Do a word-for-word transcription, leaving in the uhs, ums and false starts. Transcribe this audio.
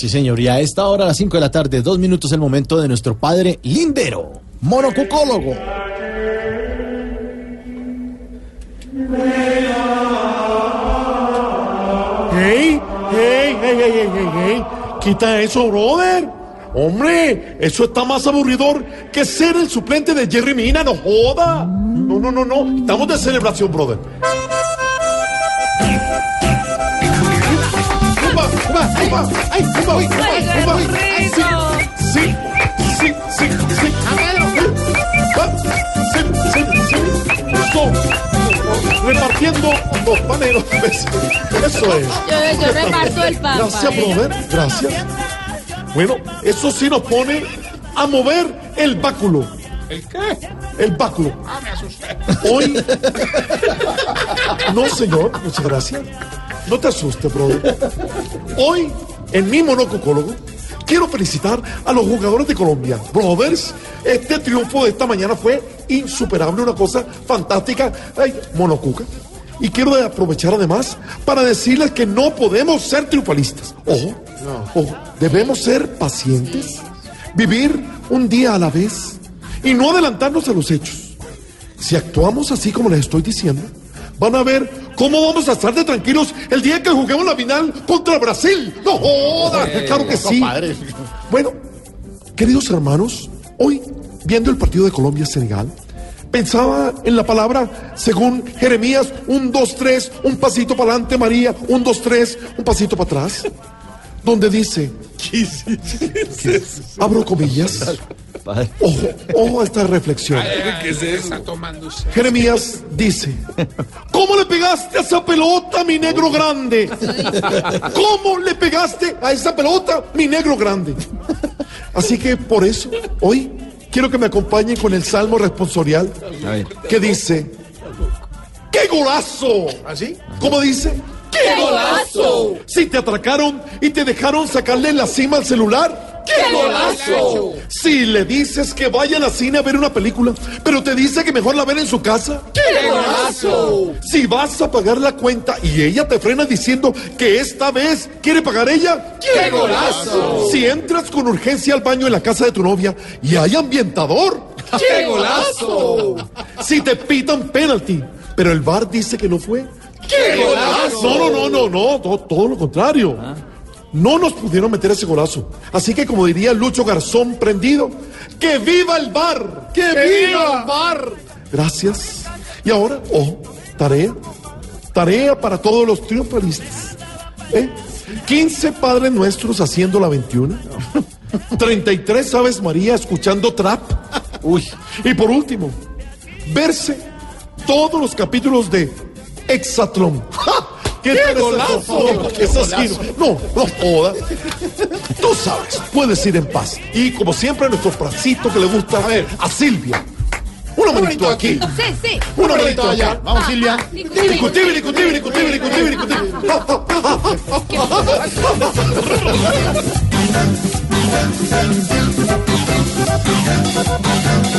Sí, señor, y a esta hora, a las cinco de la tarde, dos minutos, el momento de nuestro padre lindero, monocucólogo. ¡Hey! ¡Hey, hey, hey, hey, hey, hey! ¡Quita eso, brother! ¡Hombre! Eso está más aburridor que ser el suplente de Jerry Mina, no joda. No, no, no, no. Estamos de celebración, brother. ¡Upa, upa, upa! ¡Ay, upa, upa, upa! ¡Sí, sí, sí, sí! ¡Sí, sí, sí! ¡Eso! Repartiendo los paneros. Eso es. Yo, yo reparto el pan. Gracias, brother. Gracias. Bueno, eso sí nos pone a mover el báculo. ¿El qué? El báculo. Ah, me asusté. Hoy. No, señor. Muchas gracias. No te asustes, brother. Hoy, en mi monocucólogo, quiero felicitar a los jugadores de Colombia. Brothers, este triunfo de esta mañana fue insuperable, una cosa fantástica. Ay, monocuca. Y quiero aprovechar además para decirles que no podemos ser triunfalistas. Ojo, no. Ojo, debemos ser pacientes, vivir un día a la vez y no adelantarnos a los hechos. Si actuamos así como les estoy diciendo, van a ver cómo vamos a estar de tranquilos el día que juguemos la final contra Brasil. ¡No joda! Eh, claro que sí. Padre. Bueno, queridos hermanos, hoy, viendo el partido de Colombia-Senegal, pensaba en la palabra, según Jeremías, un, dos, tres, un pasito para adelante, María, un, dos, tres, un pasito para atrás, donde dice, abro comillas, ojo, ojo a esta reflexión. ¿Qué es eso? Está tomando usted. Jeremías dice, ¿cómo le pegaste a esa pelota, mi negro grande? ¿Cómo le pegaste a esa pelota, mi negro grande? Así que por eso, hoy, quiero que me acompañen con el Salmo responsorial que dice, ¡qué golazo! ¿Así? ¿Cómo dice? ¡Qué golazo! Si te atracaron y te dejaron sacarle la cima al celular, ¡qué golazo! Si le dices que vayan al cine a ver una película, pero te dice que mejor la ven en su casa, ¡qué golazo! Si vas a pagar la cuenta y ella te frena diciendo que esta vez quiere pagar ella, ¡qué golazo! Si entras con urgencia al baño en la casa de tu novia y hay ambientador, ¡qué golazo! Si te pitan penalti, pero el V A R dice que no fue, ¡qué golazo! No, no, no, no, no, todo, todo lo contrario. No nos pudieron meter ese golazo. Así que, como diría Lucho Garzón prendido, ¡que viva el V A R! ¡Que, ¡Que viva el V A R! Gracias. Y ahora, ojo, tarea. Tarea para todos los triunfalistas. ¿Eh? quince Padres Nuestros haciendo la veintiuna. treinta y tres Aves María escuchando trap. Uy. Y por último, verse todos los capítulos de Exatlón. ¡Ja! ¡Qué, ¡Qué golazo! Eso sí, no, no joda. Tú sabes, puedes ir en paz. Y como siempre, nuestro frasito que le gusta a ver a Silvia. Una manito aquí. Sí, sí. Una manito allá. Vamos, Silvia. Discutible, discutible, discutible, discutible, discutible.